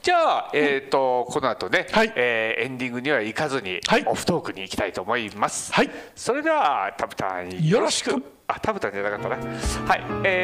じゃあ、この後ね、 はい、 エンディングには行かずに、 はい、 オフトークに行きたいと思います。 はい、 それではタブタンよろしく。あ、タブタンじゃなかったな。はい、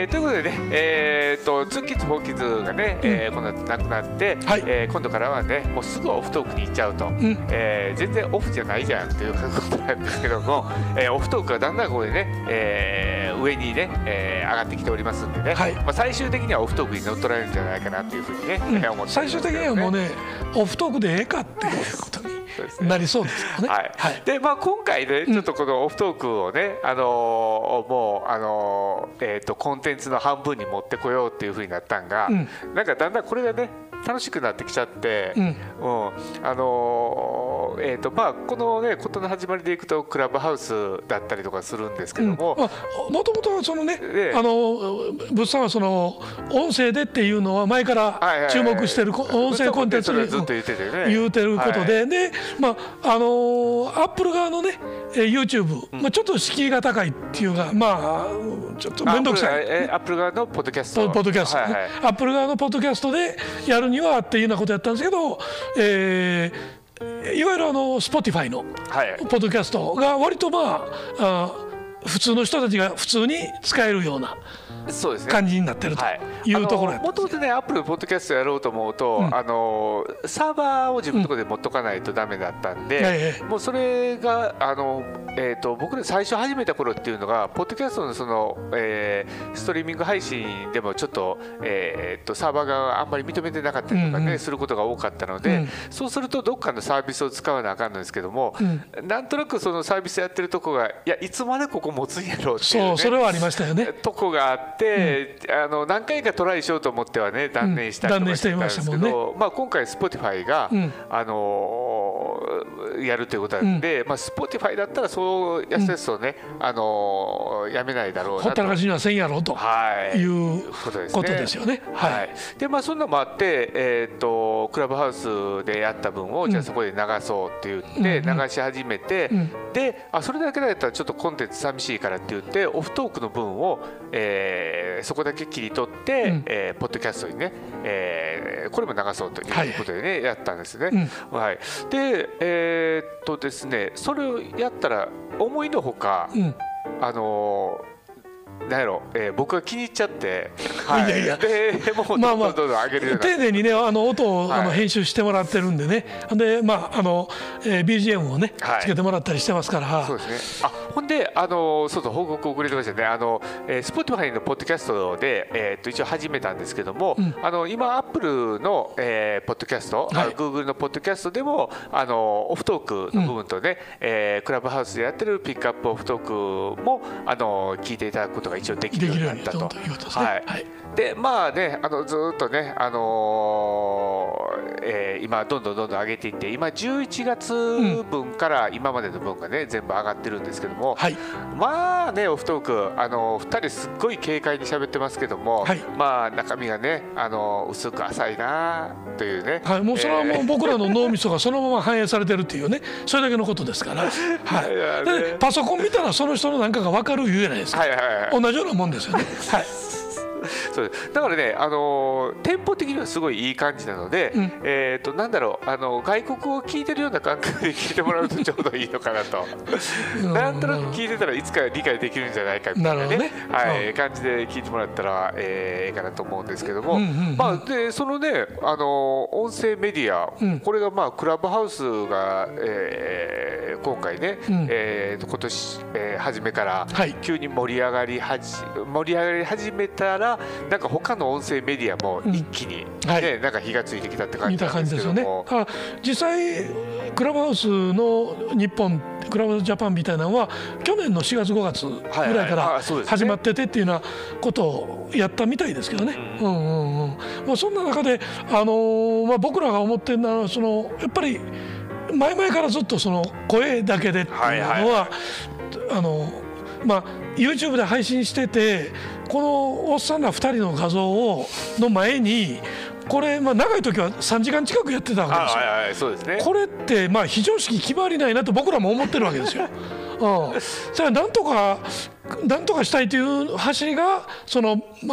ということでね、2キッズ4キッズがね、この後なくなって、 はい、 今度からはねもうすぐオフトークに行っちゃうと、全然オフじゃないじゃんということなんですけども、オフトークがだんだんここでね、上にね、上がってきておりますんでね、はい、最終的にはオフトークに乗っ取られるんじゃないかなというふうにね、思ってますけどね。最終的にはもうねオフトークでええかっていうことになりそうですよね。 はいはい、で今回ねちょっとこのオフトークをね、もうコンテンツの半分に持ってこようっていうふうになったんが、なんかだんだんこれがね楽しくなってきちゃって、このね事の始まりでいくとクラブハウスだったりとかするんですけども、 もともとそのね、物産はその音声でっていうのは前から注目してる音声コンテンツに言うてることで、でアップル側のね YouTube、ちょっと敷居が高いっていうか、ちょっと面倒くさい。 アップル側のポッドキャスト、 アップル側のポッドキャストでやるにはっていうようなことやったんですけど、いわゆるSpotify のポッドキャストが割と普通の人たちが普通に使えるような感じになってるというところやったんです。 もともとねアップルポッドキャストやろうと思うと、サーバーを自分のところで持っとかないとダメだったんで、もうそれが僕ら最初始めた頃っていうのがポッドキャストのその、ストリーミング配信でもちょっと、サーバーがあんまり認めてなかったりとかね、することが多かったので、そうするとどっかのサービスを使わなあかんのですけども、なんとなくそのサービスやってるとこがいつまでここ持つんやろうっていうね、 それはありましたよね。 とこがあって、何回かトライしようと思ってはね断念したりとかしてたんですけど、今回 Spotify が、やるということなんで、Spotify だったらそうやすやすとね、やめないだろうなと。 ほったらかしにはせんやろうということですよね。 でそんなのもあって、クラブハウスでやった分をじゃあそこで流そうって言って流し始めて、でそれだけだったらちょっとコンテンツ寂しいからって言ってオフトークの分を、そこだけ切り取って、ポッドキャストにね、これも流そうということでね、やったんですね。でですね、それをやったら思いのほか、なんやろ、僕が気に入っちゃって、でもうどんどん上げるような、 丁寧にね音を編集してもらってるんでね、でBGM をねつけてもらったりしてますから。 そうですね。ほんでそう報告遅れてましたね。Spotify のポッドキャストで一応始めたんですけども、今アップルのポッドキャスト、Google のポッドキャストでもオフトークの部分とね、クラブハウスでやってるピックアップオフトークも聞いていただくことが一応できるようになったと。でずっとね、今どんどん上げていって、今11月分から今までの分がね全部上がってるんですけども、オフトーク2人すっごい軽快に喋ってますけども、中身がね薄く浅いなというね、 もうそれはもう僕らの脳みそがそのまま反映されてるっていうね、それだけのことですから。でパソコン見たらその人の何かが分かる言えないですか。同じようなもんですよね。 そうだからね、テンポ的にはすごいいい感じなので、なんだろう、外国を聞いてるような感覚で聞いてもらうとちょうどいいのかなとなんとなく聞いてたらいつか理解できるんじゃないかみたいなね、感じで聞いてもらったらええかなと思うんですけども、でそのね音声メディア、これがクラブハウスが、今回ね、今年、初めから急に盛り上がり始めたら、なんか他の音声メディアも一気に、なんか火がついてきたって感じなんですけども、 実際クラブハウスの日本クラブハウスジャパンみたいなのは去年の4月5月ぐらいから始まっててっていうようなことをやったみたいですけどね。そんな中で、僕らが思ってるのはやっぱり前々からずっとその声だけでっていうのは、YouTube で配信してて、このおっさんら2人の画像の前にこれ、長い時は3時間近くやってたわけですよ。これって非常識決まりないなと僕らも思ってるわけですよ。それはなんとかしたいという走りが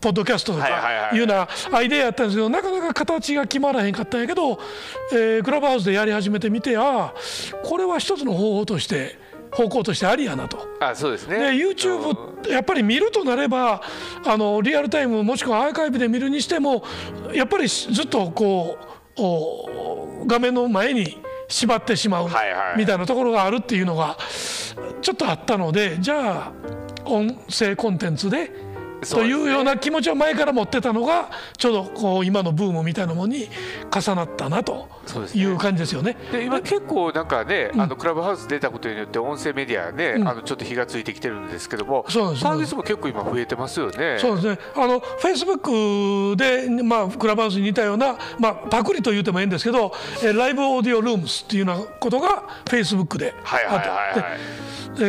ポッドキャストとかいうようなアイデアやったんですけど、なかなか形が決まらへんかったんやけど、クラブハウスでやり始めてみて、これは一つの方向としてありやなと。 そうですね。 で YouTube やっぱり見るとなればリアルタイムもしくはアーカイブで見るにしてもやっぱりずっとこう画面の前に縛ってしまうみたいなところがあるっていうのがちょっとあったので、じゃあ音声コンテンツでというような気持ちを前から持ってたのがちょうどこう今のブームみたいなものに重なったなという感じですよね。 で今結構なんかね、クラブハウス出たことによって音声メディアね、ちょっと火がついてきてるんですけども、サービスも結構今増えてますよね。 そうですね。Facebook で、クラブハウスに似たような、パクリと言うてもいいんですけど、ライブオーディオルームスっていうようなことが Facebook であって、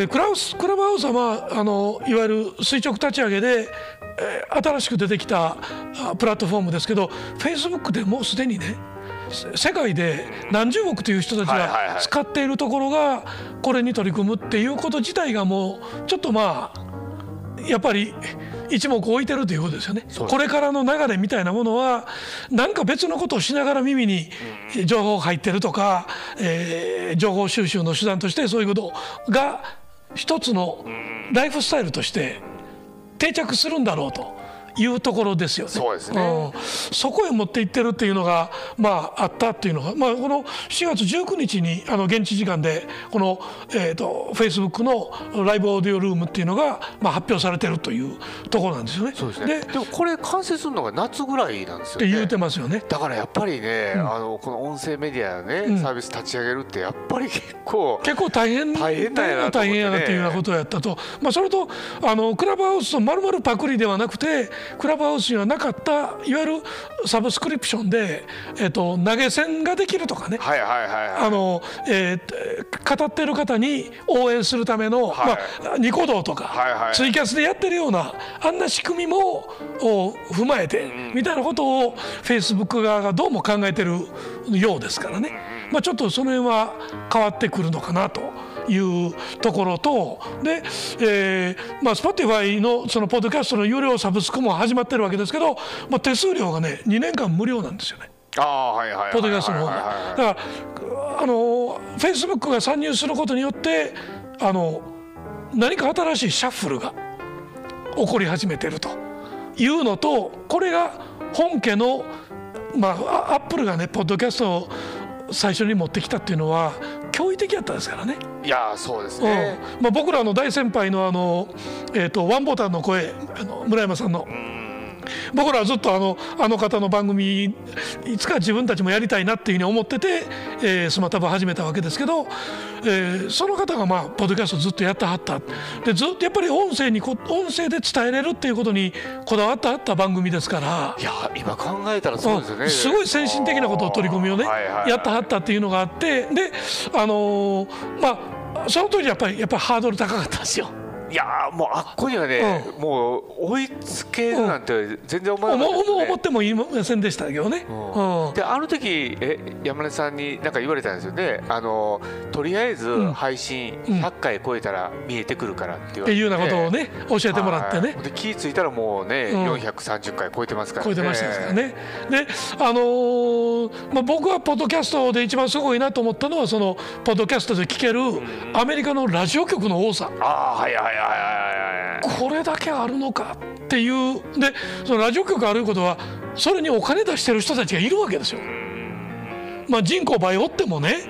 クラブハウスはいわゆる垂直立ち上げで新しく出てきたプラットフォームですけど、 Facebook でもうすでにね世界で何十億という人たちが使っているところがこれに取り組むっていうこと自体がもうちょっとやっぱり一目置いてるということですよね。これからの流れみたいなものは何か別のことをしながら耳に情報入ってるとか、情報収集の手段としてそういうことが一つのライフスタイルとして定着するんだろうというところですよね。 そうですね。 そこへ持っていってるっていうのがあったっていうのが、この4月19日に現地時間でこのFacebook のライブオーディオルームっていうのが発表されてるというところなんですよね。 そうですね。でもこれ完成するのが夏ぐらいなんですよね。 って言うてますよね。 だからやっぱりね、この音声メディアね、サービス立ち上げるってやっぱり結構大変やなっていうようなことをやったと。それとクラブハウスの丸々パクリではなくて、クラブハウスにはなかったいわゆるサブスクリプションで、投げ銭ができるとかね、語ってる方に応援するための、ニコ動とか、ツイキャスでやってるようなあんな仕組みも踏まえて、みたいなことを Facebook 側がどうも考えてるようですからね、ちょっとその辺は変わってくるのかなというところと、で、Spotify のそのポッドキャストの有料サブスクも始まってるわけですけど、手数料がね2年間無料なんですよね。ポッドキャストの方が。だからFacebook が参入することによって何か新しいシャッフルが起こり始めてるというのと、これが本家のアップルがねポッドキャストを最初に持ってきたっていうのは驚異的だったですからね。 いやそうですね。 僕らの大先輩のワンボタンの声村山さんの。僕らはずっとあの方の番組いつか自分たちもやりたいなっていうふうに思ってて、スマタブ始めたわけですけど、その方がポッドキャストずっとやってはったで、ずっとやっぱり音声で伝えれるっていうことにこだわってはった番組ですから。 いや今考えたらそうですよね。 すごい先進的なことを取り込みをねやってはったっていうのがあって、でその当時やっぱりハードル高かったんですよ。 いやもうあっこにはね、もう追いつけるなんて全然思わなかったですね。 思ってもいませんでしたけどね。 で時山根さんに何か言われたんですよね。とりあえず配信100回超えたら見えてくるからって言われて、っていうようなことをね教えてもらってね。 で気ぃついたらもうね、430回超えてますからね。 超えてましたからね。で僕はポッドキャストで一番すごいなと思ったのは、そのポッドキャストで聞けるアメリカのラジオ局の多さ。これだけあるのかっていう。でそのラジオ局あることはそれにお金出してる人たちがいるわけですよ。人口倍おってもね、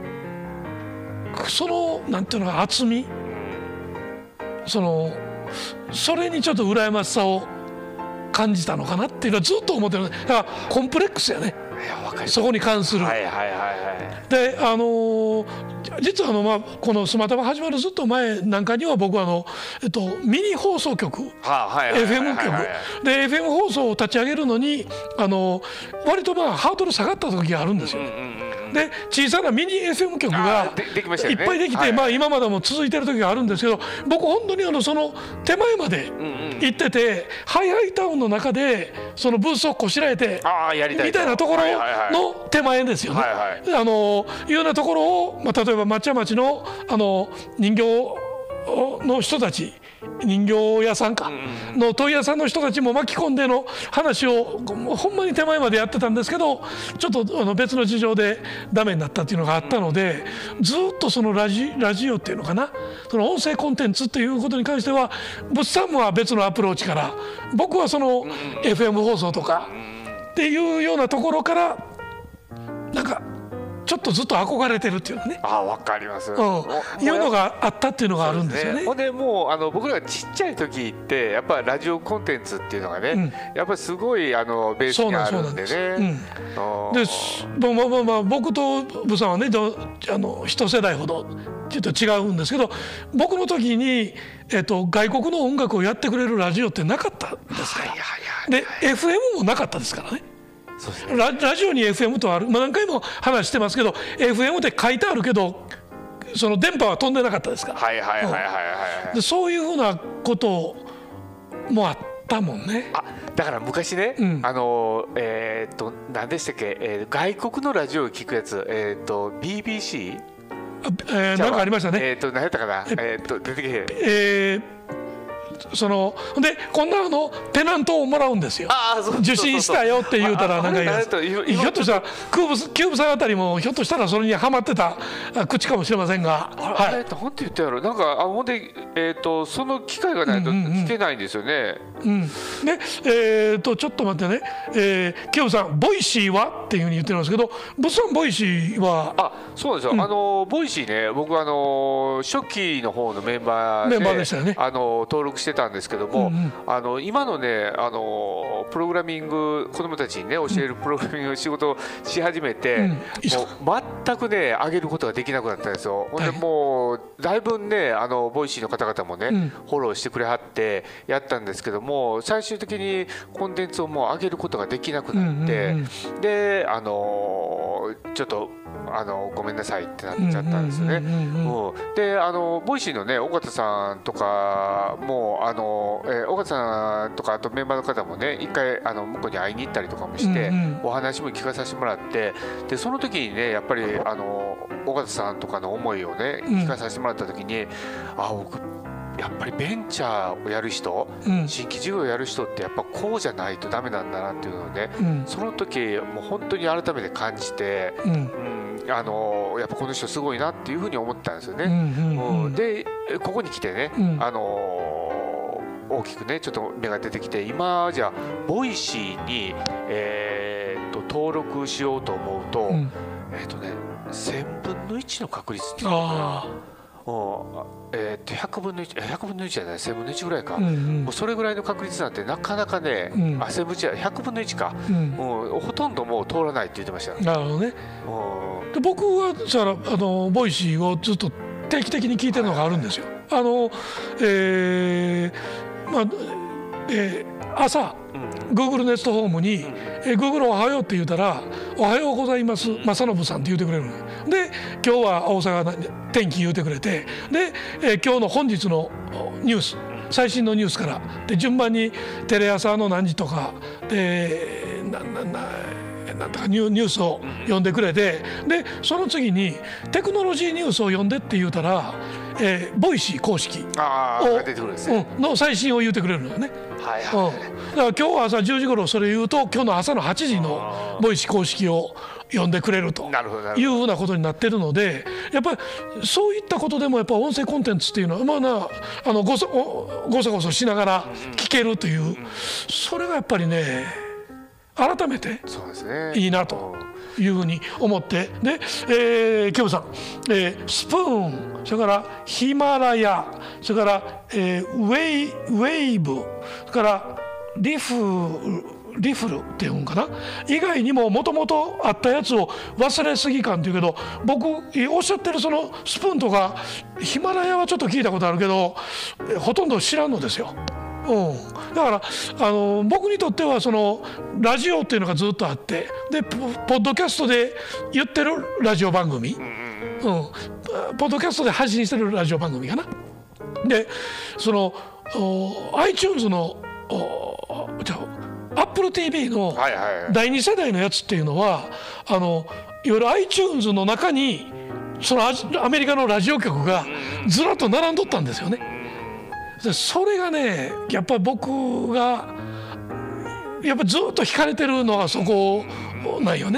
そのなんていうのか厚み、それにちょっと羨ましさを感じたのかなっていうのはずっと思ってる。だからコンプレックスやね、そこに関する。で実はこのスマタバ始まるずっと前なんかには僕はミニ放送局 FM 局で FM 放送を立ち上げるのに割とハードル下がった時があるんですよね。で小さなミニ FM 局がいっぱいできて、今までも続いてる時があるんですけど、僕本当にその手前まで行ってて、ハイハイタウンの中でそのブースをこしらえてみたいなところの手前ですよね。いうようなところを例えば町屋町の人形の人たち人形屋さんかの問屋さんの人たちも巻き込んでの話をほんまに手前までやってたんですけど、ちょっと別の事情でダメになったっていうのがあったので、ずっとそのラジオっていうのかな、その音声コンテンツっていうことに関しては物産は別のアプローチから、僕はその FM 放送とかっていうようなところからなんかちょっとずっと憧れてるっていうのね。 分かります、 いうのがあったっていうのがあるんですよね。 ほんでもう僕らがちっちゃい時ってやっぱりラジオコンテンツっていうのがね、やっぱりすごいベースにあるんでね。で僕とブさんはね一世代ほどちょっと違うんですけど、僕の時に、外国の音楽をやってくれるラジオってなかったですから。で FM もなかったですからね。ラジオに FM とある、何回も話してますけど FM って書いてあるけどその電波は飛んでなかったですから。そういうふうなこともあったもんね。 だから昔ね、何でしたっけ、外国のラジオを聞くやつ、BBC なんかありましたね。 何やったかな、出てけへん。でこんなペナントをもらうんですよ。受信したよって言うたら、なんかひょっとしたらキューブさんあたりもひょっとしたらそれにはまってた口かもしれませんが、 あれって何て言ったやろ、なんかほんでその機会がないと聞けないんですよね。 でちょっと待ってね、キューブさんボイシーはっていうふうに言ってますけど、ブさんボイシーはそうですよ、ボイシーね、僕初期の方のメンバーでしたよね。 登録してたんですけども、今のねプログラミング、子どもたちにね教えるプログラミングの仕事をし始めて、もう全くね上げることができなくなったんですよ。ほんでもうだいぶねボイシーの方々もね、フォローしてくれはってやったんですけども、最終的にコンテンツをもう上げることができなくなって、でちょっとごめんなさいってなっちゃったんですね。でボイシーのね尾形さんとかも尾形さんとかあとメンバーの方もね一回向こうに会いに行ったりとかもして、お話も聞かさせてもらって、でその時にねやっぱり尾形さんとかの思いをね聞かさせてもらった時に、僕やっぱりベンチャーをやる人、新規事業をやる人ってやっぱこうじゃないとダメなんだなっていうのをね、その時もう本当に改めて感じて、やっぱこの人すごいなっていうふうに思ったんですよね。でここに来てね、大きくねちょっと芽が出てきて、今じゃボイシーに、登録しようと思うと、1000分の1の確率っていうのかな。100分の1じゃない、1000分の1ぐらいか、もうそれぐらいの確率なんてなかなかね、1000分の1じゃ100分の1か、ほとんどもう通らないって言ってました。 なるほどね。で僕はボイシーをずっと定期的に聞いてるのがあるんですよ。朝Google ネストホームにGoogle おはようって言うたら、おはようございます正信さんって言うてくれるので、今日は大阪天気言うてくれて、で今日の本日のニュース、最新のニュースからで順番にテレ朝の何時とかでなんとかニュースを読んでくれて、でその次にテクノロジーニュースを読んでって言うたら、ボイシー公式の最新を言うてくれるのよね。だから今日は朝10時頃それ言うと、今日の朝の8時のボイシー公式を読んでくれるというふうなことになってるので、やっぱりそういったことでもやっぱ音声コンテンツっていうのはごそごそしながら聞けるという、それがやっぱりね改めていいなというふうに思って、で、キムさん、スプーン、それからヒマラヤ、それから、ウェイブ、それからリフルっていうんかな、以外にももともとあったやつを忘れすぎ感っていうけど、僕おっしゃってるそのスプーンとかヒマラヤはちょっと聞いたことあるけど、ほとんど知らんのですよ。だから僕にとってはそのラジオっていうのがずっとあって、でポッドキャストで言ってるラジオ番組、ポッドキャストで配信してるラジオ番組かな。でそのiTunes のApple TV の第2世代のやつっていうのは、いわゆる iTunes の中にそのアメリカのラジオ局がずらっと並んどったんですよね。 それがねやっぱり僕がやっぱずっと惹かれてるのはそこなんよね。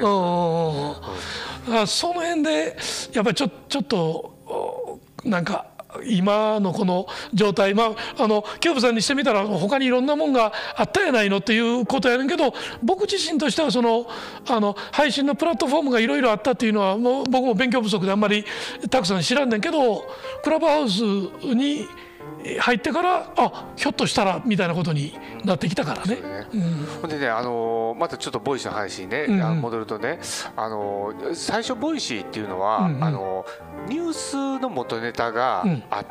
その辺でやっぱりちょっとなんか今のこの状態、京部さんにしてみたら他にいろんなもんがあったやないのっていうことやねんけど、僕自身としては配信のプラットフォームがいろいろあったっていうのはもう僕も勉強不足であんまりたくさん知らんねんけど、クラブハウスに入ってからひょっとしたらみたいなことになってきたからね。 ほんでね、またちょっとボイシーの話にね、戻るとね、最初ボイシーっていうのは、ニュースの元ネタがあって、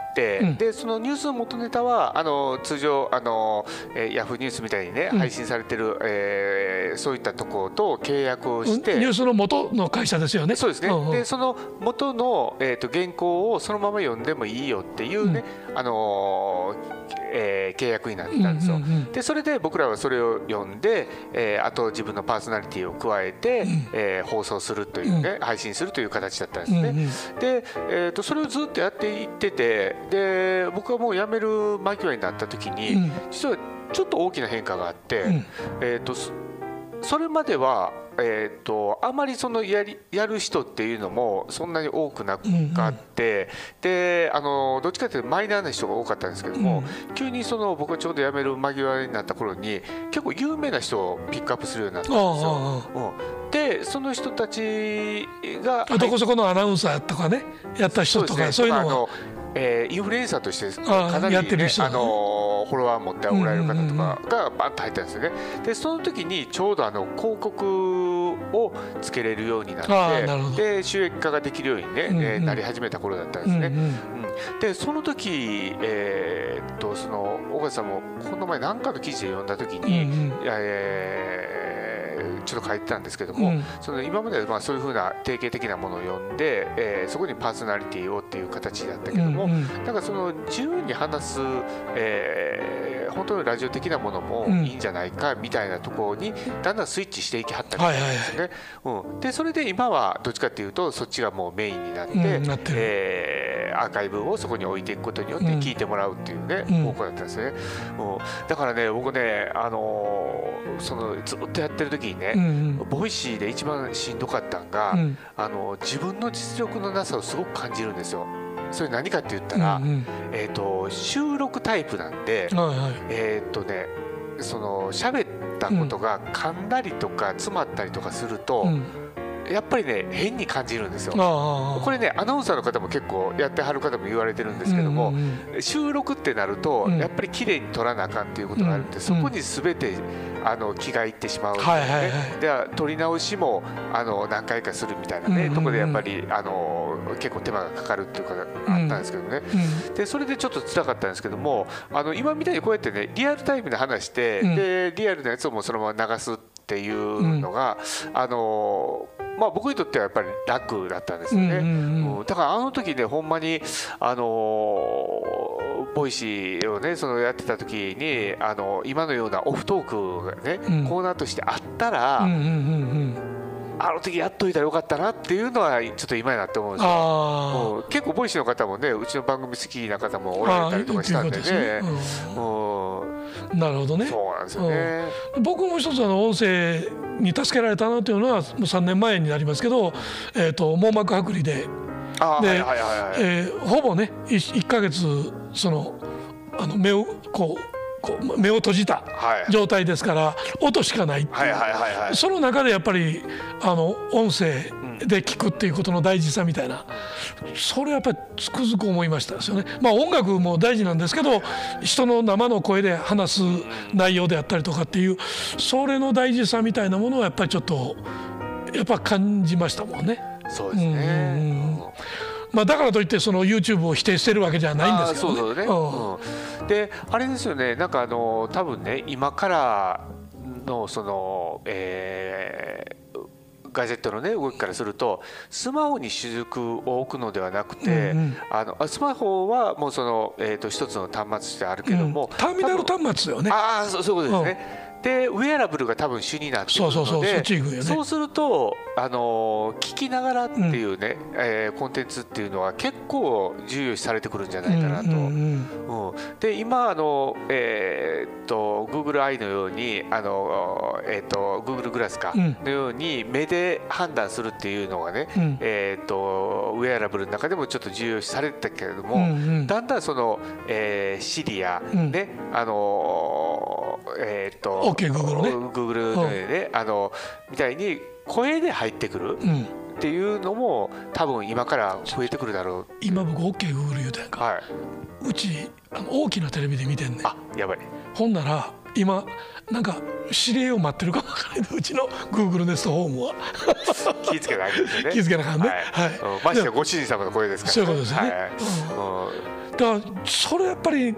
でそのニュースの元ネタは通常ヤフーニュースみたいにね配信されてる、そういったところと契約をして、 ニュースの元の会社ですよね。 そうですね。でその元の、原稿をそのまま読んでもいいよっていうね、契約になってたんですよ。でそれで僕らはそれを読んで、あと自分のパーソナリティを加えて、放送するというね、配信するという形だったんですね。で、それをずっとやっていってて、で僕はもう辞める間際になった時に、実はちょっと大きな変化があって、それまではあまりやる人っていうのもそんなに多くなくあって、でどっちかというとマイナーな人が多かったんですけども、急に僕がちょうど辞める間際になった頃に結構有名な人をピックアップするようになったんですよ。でその人たちがどこそこのアナウンサーとかねやった人とか、そういうのはインフルエンサーとしてかなりね、フォロワー持っておられる方とかがバッと入ったんですよね。でその時にちょうど広告をつけれるようになって、で収益化ができるように、ねなり始めた頃だったんですね。でその時尾形さんもこの前何かの記事で読んだ時に、ちょっと書いてたんですけども、今まではそういうふうな定型的なものを読んで、そこにパーソナリティをっていう形だったけども、なんか自由に話す、本当にラジオ的なものもいいんじゃないかみたいなところにだんだんスイッチしていきはったみたいなんですよね。でそれで今はどっちかっていうとそっちがもうメインになって、アーカイブをそこに置いていくことによって聞いてもらうっていうね、方向だったんですね。だからね僕ねずっとやってる時にね、ボイシーで一番しんどかったんが、自分の実力のなさをすごく感じるんですよ。それ何かって言ったら、収録タイプなんで、喋ったことが噛んだりとか詰まったりとかすると、やっぱりね変に感じるんですよ。これねアナウンサーの方も結構やってはる方も言われてるんですけども、収録ってなるとやっぱり綺麗に撮らなあかんっていうことがあるんで、そこに全て気がいってしまうので、では撮り直しも何回かするみたいなねとこでやっぱり結構手間がかかるっていうかあったんですけどね。でそれでちょっと辛かったんですけども、今みたいにこうやってねリアルタイムで話して、でリアルなやつをもうそのまま流すっていうのが、僕にとってはやっぱり楽だったんですよね。だから時ねほんまにボイシーをねやってた時に今のようなオフトークがね、コーナーとしてあったら、時やっといたらよかったなっていうのはちょっと今になって思うんですよ。結構ボイシーの方もねうちの番組好きな方もおられたりとかしたんでね。 なるほどね。 そうなんですよね。 僕も一つ音声に助けられたなというのはもう3年前になりますけど、網膜剥離でほぼね1ヶ月目を目を閉じた状態ですから音しかないっていう、その中でやっぱり音声で聞くっていうことの大事さみたいな、それやっぱりつくづく思いましたですよね。音楽も大事なんですけど、人の生の声で話す内容であったりとかっていう、それの大事さみたいなものをやっぱりちょっとやっぱ感じましたもんね。 そうですね。 だからといってYouTube を否定してるわけじゃないんですけどね。 であれですよね、なんか多分ね今からのガジェットのね動きからするとスマホに主軸を置くのではなくて、スマホはもう一つの端末としてあるけども、 ターミナル端末よね。 そういうことですね。 でウェアラブルが多分主になってくるので、そうすると聞きながらっていうね、コンテンツっていうのは結構重要視されてくるんじゃないかなと。で今Google Eye のようにGoogle グラスかのように目で判断するっていうのがね、ウェアラブルの中でもちょっと重要視されてたけれども、だんだんそのシリアね、Google のねみたいに声で入ってくるっていうのも多分今から増えてくるだろう。 今僕 OKGoogle 言うたやんか、はい、うち大きなテレビで見てんねん。 あ、やばい。 ほんなら今なんか指令を待ってるかもわからない。うちの Google ネストホームは気ぃつけないですよね。 気ぃつけなあかんね、 ましてやご主人様の声ですから。 そういうことですよね、だからそれやっぱり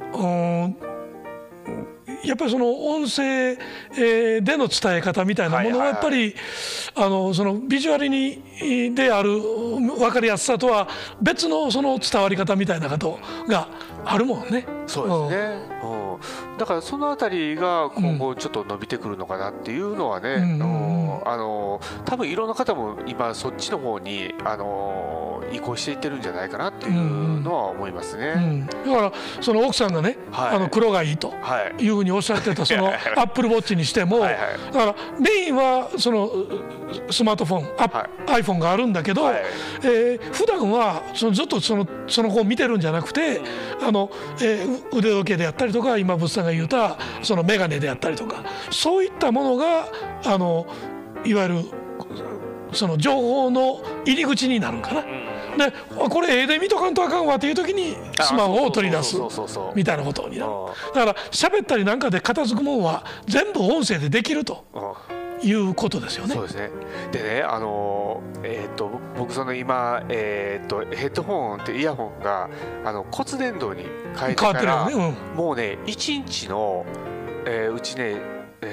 やっぱりその音声での伝え方みたいなものはやっぱりそのビジュアルにである分かりやすさとは別のその伝わり方みたいなことがあるもんね。 そうですね、だからそのあたりが今後ちょっと伸びてくるのかなっていうのはね、多分いろんな方も今そっちの方に移行していってるんじゃないかなっていうのは思いますね。 だからその奥さんがね、黒がいいというふうにおっしゃってたそのアップルウォッチにしても、だからメインはそのスマートフォン、iPhone があるんだけど、普段はずっとその子を見てるんじゃなくて、腕時計であったりとか、今物産が言うたそのメガネであったりとか、そういったものがいわゆるその情報の入り口になるんかな。でこれ絵で見とかんとあかんわっていう時にスマホを取り出すみたいなことになる。だから喋ったりなんかで片付くもんは全部音声でできるということですよね。 そうですね。でね、僕その今、ヘッドホンってイヤホンが骨伝導に変えてから、もうね1日の、うちね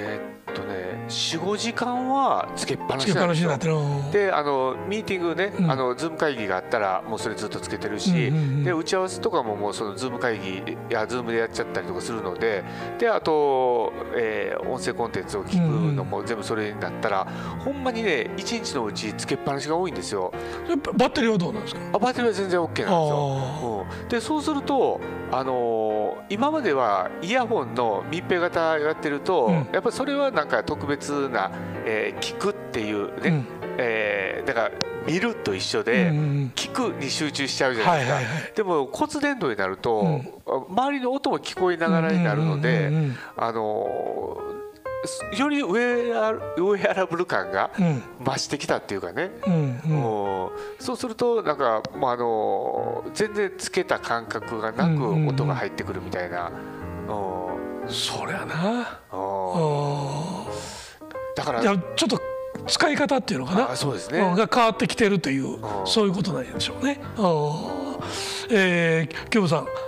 4、5時間はつけっぱなしなんですよ。でミーティングね、ズーム会議があったらもうそれずっとつけてるし、で打ち合わせとかももうそのズーム会議やズームでやっちゃったりとかするので、であと、音声コンテンツを聞くのも全部それになったら、ほんまにね1日のうちつけっぱなしが多いんですよ。 バッテリーはどうなんですか？ バッテリーは全然 OK なんですよ。でそうすると今まではイヤホンの密閉型やってると、やっぱりそれはなんか特別な、聞くっていうね、だから見ると一緒で、聞くに集中しちゃうじゃないですか。でも骨伝導になると、周りの音も聞こえながらになるので、よりウェアラブル感が増してきたっていうかね、そうするとなんか全然つけた感覚がなく音が入ってくるみたいな。 そりゃな。 だからちょっと使い方っていうのかな、 そうですね、 が変わってきてるという、そういうことなんでしょうね。キューブさん、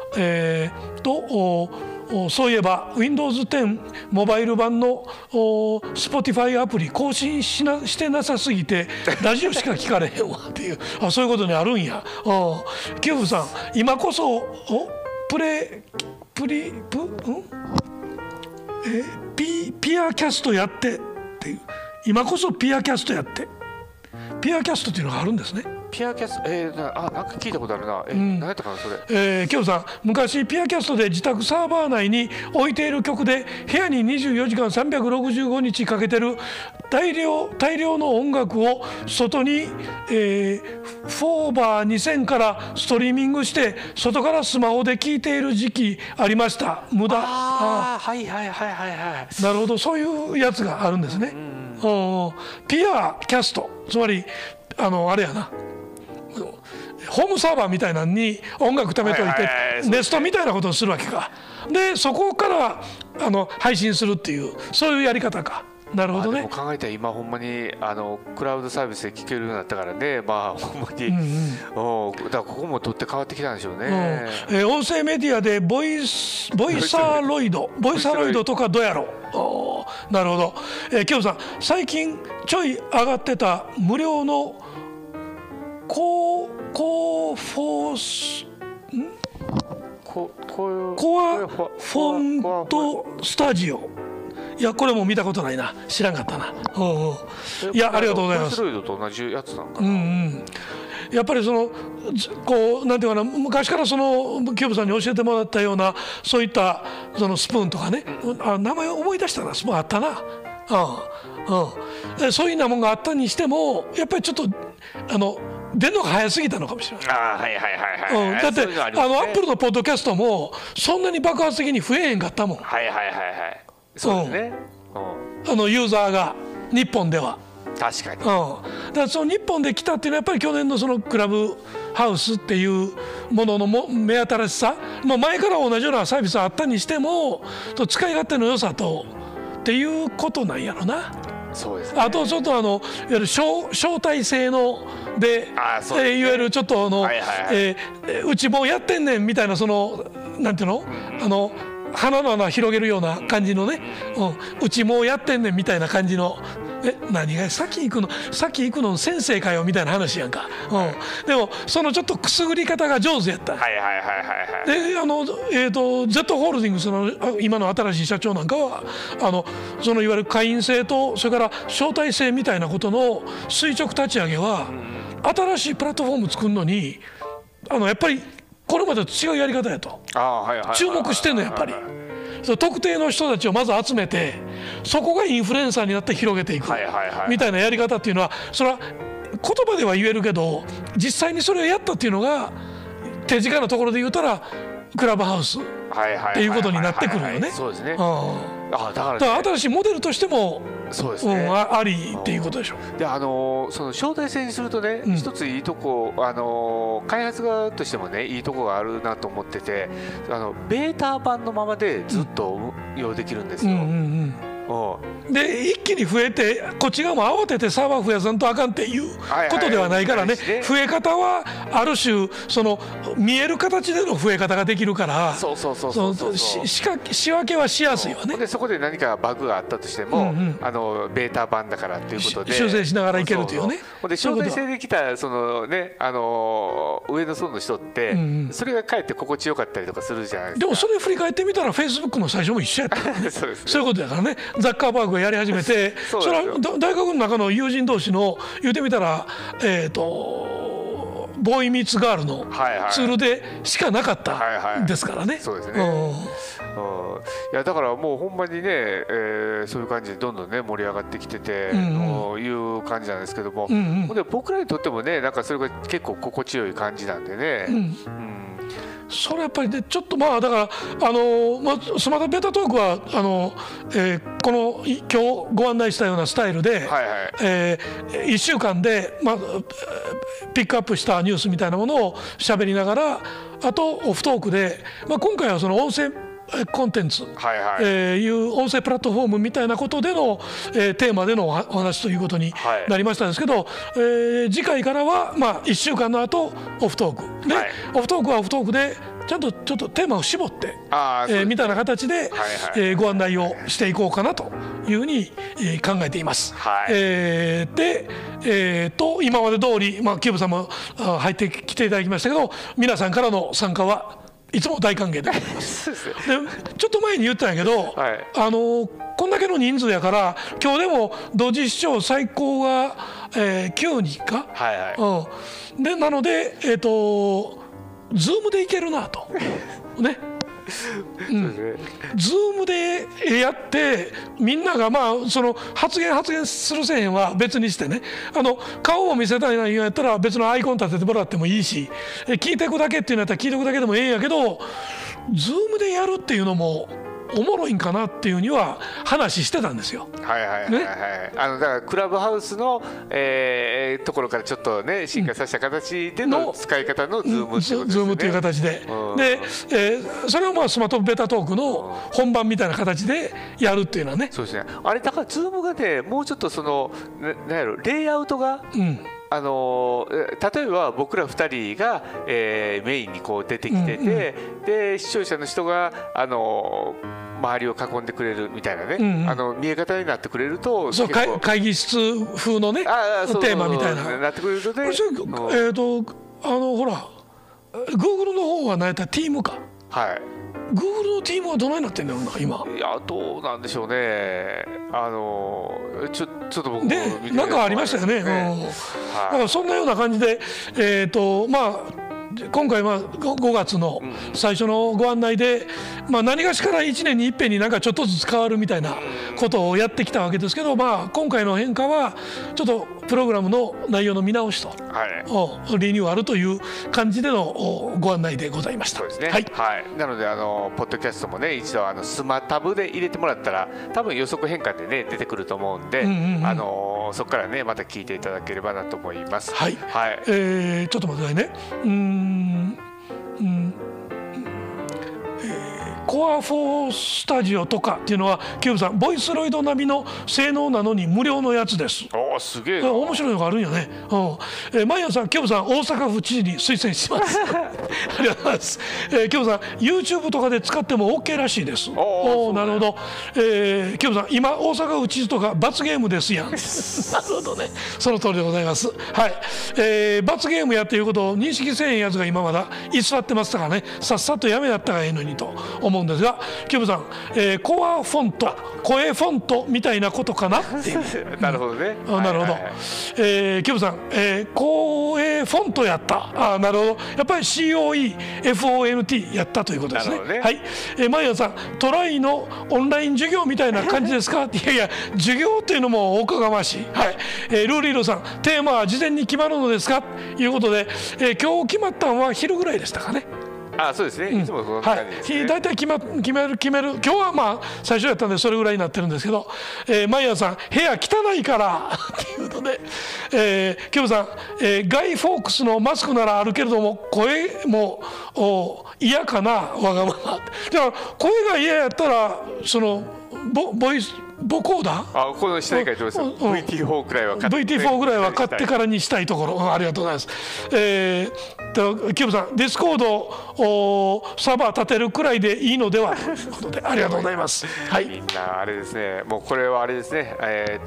そういえば Windows 10モバイル版の Spotify アプリ更新してなさすぎてラジオしか聞かれへんわっていうそういうことにあるんや。キューブさん、今こそピアキャストやってっていう、今こそピアキャストやって、ピアキャストっていうのがあるんですね。 ピアキャスト、なんか聞いたことあるな。何やったかなそれ。キョウさん、昔ピアキャストで自宅サーバー内に置いている曲で部屋に24時間365日かけてる大量の音楽を外に、フォーバー2000からストリーミングして外からスマホで聴いている時期ありました。無駄。 はいはいはいはいはい。 なるほど、そういうやつがあるんですね。ピアキャスト、つまりあれやな、ホームサーバーみたいなのに音楽貯めといてネストみたいなことをするわけか。でそこから配信するっていう、そういうやり方か。なるほどね。 でも考えたら今ほんまにクラウドサービスで聴けるようになったからね、まあほんまに、だからここも取って変わってきたんでしょうね。 音声メディアでボイサーロイドとかどうやろう。なるほど。キョウさん、最近ちょい上がってた無料のコアフォントスタジオ、 いやこれも見たことないな、知らんかったな。いやありがとうございます。 プロイドと同じやつなんかな。 やっぱりそのこうなんていうかな、昔からそのキューブさんに教えてもらったようなそういったそのスプーンとかね、名前思い出したな、スプーンあったな。そういうようなもんがあったにしてもやっぱりちょっと出るのが早すぎたのかもしれない。だってアップルのポッドキャストもそんなに爆発的に増えへんかったもん。 そうですね。 ユーザーが日本では。 確かに。 だからその日本で来たっていうのはやっぱり去年のそのクラブハウスっていうものの目新しさ、前から同じようなサービスはあったにしても使い勝手の良さとっていうことなんやろな。 そうですね。 あとちょっといわゆる招待制ので、いわゆるちょっとうちもやってんねんみたいな、そのなんていうの、鼻の穴広げるような感じのね、うちもやってんねんみたいな感じの。何が先行くの先生かよみたいな話やんか。でもそのちょっとくすぐり方が上手やった。でZ ホールディングスの今の新しい社長なんかはそのいわゆる会員制とそれから招待制みたいなことの垂直立ち上げは新しいプラットフォーム作るのにやっぱりこれまでと違うやり方やと注目してんのやっぱり。特定の人たちをまず集めてそこがインフルエンサーになって広げていくみたいなやり方っていうのは、それは言葉では言えるけど実際にそれをやったっていうのが手近なところで言うたらクラブハウスっていうことになってくるよね。だから新しいモデルとしてもそうですね、ありっていうことでしょう。 でその招待制にするとね、一ついいとこ開発側としてもねいいとこがあるなと思ってて、ベータ版のままでずっと運用できるんですよ。で一気に増えてこっち側も慌ててサーバー増やさんとあかんっていうことではないからね、増え方はある種その見える形での増え方ができるから仕分けはしやすいわね。でそこで何かバグがあったとしてもベータ版だからっていうことで修正しながらいけるというね。 で招待制できたそのね上の層の人ってそれがかえって心地よかったりとかするじゃないですか。 でもそれ振り返ってみたらフェイスブックの最初も一緒やったからね。そういうことだからね。ザッカーバーグがやり始めてそれは大学の中の友人同士の言うてみたらボーイミーツガールのツールでしかなかったですからね。 そうですね。いやだからもうほんまにね、そういう感じでどんどんね盛り上がってきてていう感じなんですけども、で僕らにとってもねなんかそれが結構心地よい感じなんでね。 それやっぱりねちょっとだからスマートベータトークはこの今日ご案内したようなスタイルで1週間でピックアップしたニュースみたいなものを喋りながら、あとオフトークで今回はその音声コンテンツいう音声プラットフォームみたいなことでのテーマでのお話ということになりましたんですけど、次回からは1週間の後オフトークで、オフトークはオフトークでちゃんとちょっとテーマを絞ってみたいな形でご案内をしていこうかなというふうに考えています。で今まで通りキューブさんも入ってきていただきましたけど、皆さんからの参加はいつも大歓迎でございます。でちょっと前に言ったんやけど、こんだけの人数やから今日でも同時視聴最高が、9人か、でなのでズームでいけるなとね。ズームでやってみんながその発言するせえへんは別にしてね、顔を見せたいな言うんやったら別のアイコン立ててもらってもいいし、聞いていくだけっていうんやったら聞いていくだけでもええんやけど、ズームでやるっていうのもおもろいんかなっていうには話してたんですよ。だからクラブハウスの、ところからちょっとね進化させた形での使い方のズームってことですね。 ズームっていう形で、それをスマートベータトークの本番みたいな形でやるっていうのはね。 そうですね。あれだからズームがねもうちょっとそのなんやろレイアウトが、例えば僕ら2人が、メインにこう出てきてて、で視聴者の人が周りを囲んでくれるみたいなね、見え方になってくれると、 そう会議室風のねテーマみたいなってくれるとね、 ほら Google の方は何やったら Team か。 Google の Team はどないなってんだろうな今。 いやどうなんでしょうね。ちょっと僕もねなんかありましたよね。だからそんなような感じでまあ今回は5月の最初のご案内で、まあ、何がしから1年に一遍になんかちょっとずつ変わるみたいなことをやってきたわけですけど、まあ、今回の変化はちょっとプログラムの内容の見直しと、リニューアルという感じでのご案内でございました。 そうですね。はい、なのでポッドキャストもね一度スマタブで入れてもらったら多分予測変換でね出てくると思うんで、そこからねまた聞いていただければなと思います。はい、はい、 ちょっと待ってくださいね。コア4スタジオとかっていうのはキューブさんボイスロイド並みの性能なのに無料のやつです。 すげえな。 面白いのがあるんよね。毎朝キューブさん大阪府知事に推薦しますありがとうございます。キューブさん YouTube とかで使っても OK らしいです。なるほど。キューブさん今大阪府知事とか罰ゲームですやんなるほどね、その通りでございます。はい、罰ゲームやっていうことを認識せえへんやつが今まだ居座ってますからね、さっさとやめやったらええのにと思うんですが、キューブさん、コアフォント声フォントみたいなことかなっていうなるほどね。 なるほど。キューブさん、声フォントやった。なるほど。やっぱり COEFONT やったということですね。はい。マイヤさんトライのオンライン授業みたいな感じですかいやいや授業っていうのもおこがましい。はい。ルーリーロさんテーマは事前に決まるのですかということで、今日決まったのは昼ぐらいでしたかね。 そうですね。いつもそんな感じですね。 大体決める。今日はまあ最初やったんでそれぐらいになってるんですけど、マイヤーさん部屋汚いからっていうので、キューブさん、ガイ・フォークスのマスクならあるけれども声も嫌かなわがまま。だから声が嫌やったらそのボイスボコーダーこの下に書いてますよ。VT4 ぐらいは買って VT4 ぐらいは買ってからにしたいところ。ありがとうございます。キューブさんディスコードサーバー立てるくらいでいいのではということでありがとうございます。はい、 みんなあれですね、もうこれはあれですね、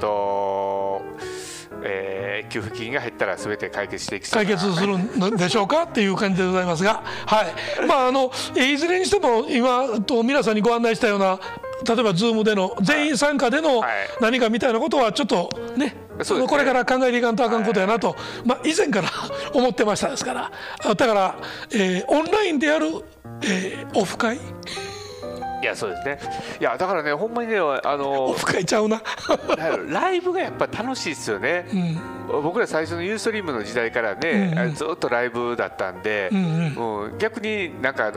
給付金が入ったら全て解決していく解決するんでしょうかっていう感じでございますが、はい、まあいずれにしても今と皆さんにご案内したような例えば Zoom での全員参加での何かみたいなことはちょっとね、これから考えていかんとあかんことやなと、以前から思ってましたですから、だからオンラインでやるオフ会いやそうですね。いやだからねほんまにねオフ会ちゃうなライブがやっぱ楽しいですよね。僕ら最初のユーストリームの時代からね、ずっとライブだったんで、逆になんか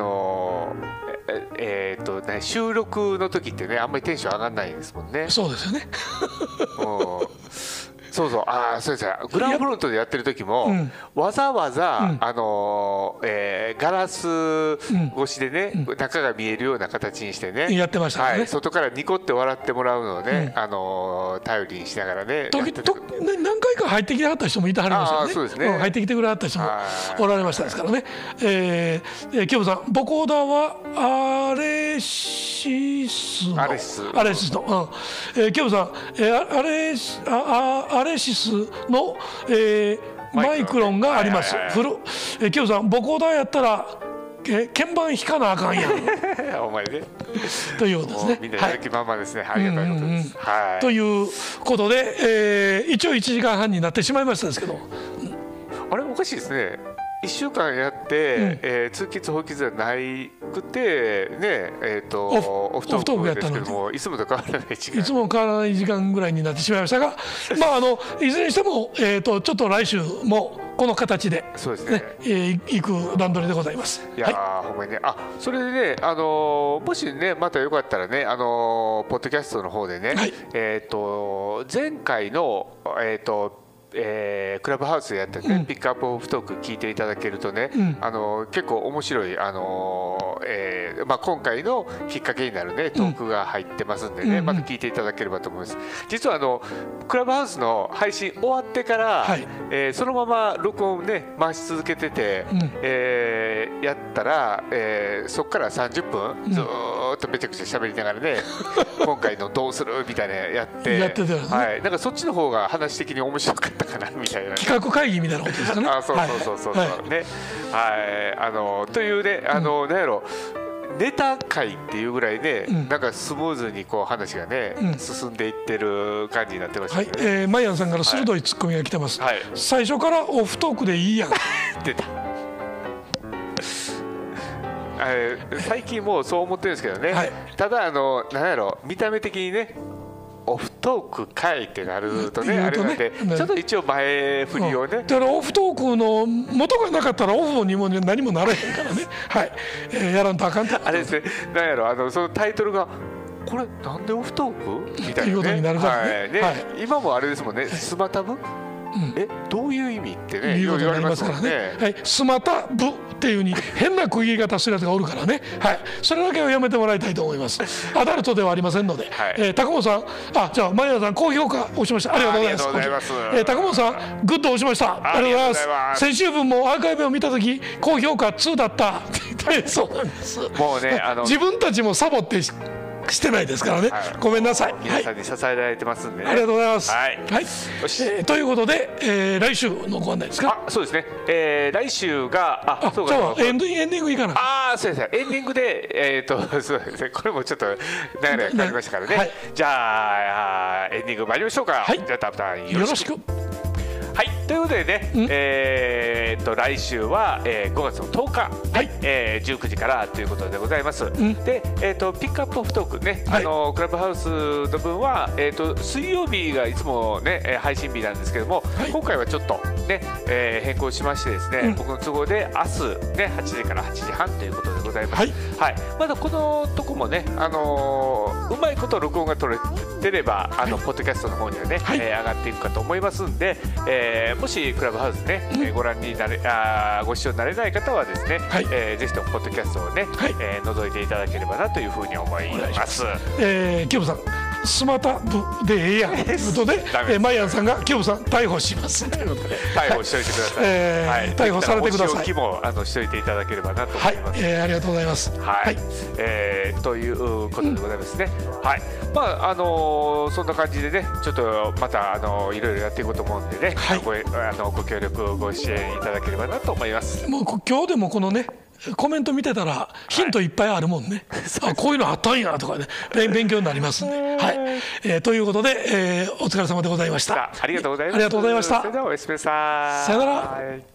収録の時ってねあんまりテンション上がんないですもんね。 そうですよねそうそう、そうですね。グランフロントでやってる時も、わざわざ、ガラス越しでね、中が見えるような形にしてね、 やってましたね。 外からニコって笑ってもらうのをね、頼りにしながらね。 何回か入ってきてはった人もいてはりましたよね。 そうですね。 入ってきてくれはった人もおられましたですからね。キューブさん、ボコーダーはアレシスの。キューブさん、アレシスの、マイクロンがあります。キューブさんボコーダーやったら鍵盤弾かなあかんやんお前ねということですね。 みんなやる気満々ですね。ありがたいことです。 ということで、一応1時間半になってしまいましたですけど、 あれおかしいですね。1週間やって、通勤放棄じゃないくてね、オフトークですけども、いつもと変わらない時間、 いつも変わらない時間ぐらいになってしまいましたが、いずれにしても、ちょっと来週もこの形で、 そうですね、 行く段取りでございます。 いやほんまにね、それでね、もしねまたよかったらね、ポッドキャストの方でね、前回のクラブハウスでやったね、ピックアップオフトーク聞いていただけるとね、結構面白い、今回のきっかけになるねトークが入ってますんでね、また聞いていただければと思います。実はクラブハウスの配信終わってから、そのまま録音ね回し続けてて、やったら、そこから30分ずっとめちゃくちゃ喋りながらね今回のどうするみたいなやってたよね。 なんかそっちの方が話的に面白かったかなみたいな、 企画会議みたいなことですかね。 そうね。というね、なんやろ、 ネタ会っていうぐらいね、なんかスムーズにこう話がね、進んでいってる感じになってましたね。 マイアンさんから鋭いツッコミが来てます。最初からオフトークでいいやん。 出た。最近もうそう思ってるんですけどね、ただなんやろ、見た目的にねオフトーク会ってなるとね、あれなんでちょっと一応前振りをね、 だからオフトークの元がなかったらオフにも何もならへんからね、はい、やらんとあかんとあれですね、なんやろ、そのタイトルがこれなんでオフトークみたいなね、 いうことになるからね、今もあれですもんね、スマタブどういう意味ってね言われますからね、スマタブっていうに変な区切り方するやつがおるからね、それだけはやめてもらいたいと思います。アダルトではありませんので、高本さん、じゃあ前田さん高評価押しました。ありがとうございます。高本さんグッド押しました。ありがとうございます。先週分もアーカイブを見たとき高評価2だったそうなんです。もうね、自分たちもサボってしてないですからね、ごめんなさい。 皆さんに支えられてますんでね。 ありがとうございます。ということで、来週のご案内ですか。 そうですね。来週がそうか、エンディングいかない。 そうですね。エンディングでそうですね。これもちょっと長くなりましたからね。じゃあエンディング参りましょうか。じゃあタプタンよろしく。はい、ということでね、来週は、5月の10日、19時からということでございます。で、ピックアップオフトークね、クラブハウスの分は、水曜日がいつもね配信日なんですけども、今回はちょっとね、変更しましてですね、僕の都合で明日ね8時から8時半ということでございます。まだこのとこもね、うまいこと録音が取れてればポッドキャストの方にはね、上がっていくかと思いますんで。もしクラブハウスね、ご視聴になれない方はですね、ぜひともポッドキャストをね、覗いていただければなというふうに思います。 キムさんスマタブでええやんということで、マイアンさんがキムさん逮捕しますということで逮捕しておいてください。 逮捕されてください。 お仕置きもしておいていただければなと思います。 ありがとうございます。 ということでございますね。そんな感じでね、ちょっとまたいろいろやっていこうと思うんでね、ご協力ご支援いただければなと思います。 もう今日でもこのねコメント見てたらヒントいっぱいあるもんね。こういうのあったんやとかね、勉強になりますんで。ということで、お疲れ様でございました。 ありがとうございました。 ありがとうございました。 それではおやすみなさい。 さよなら。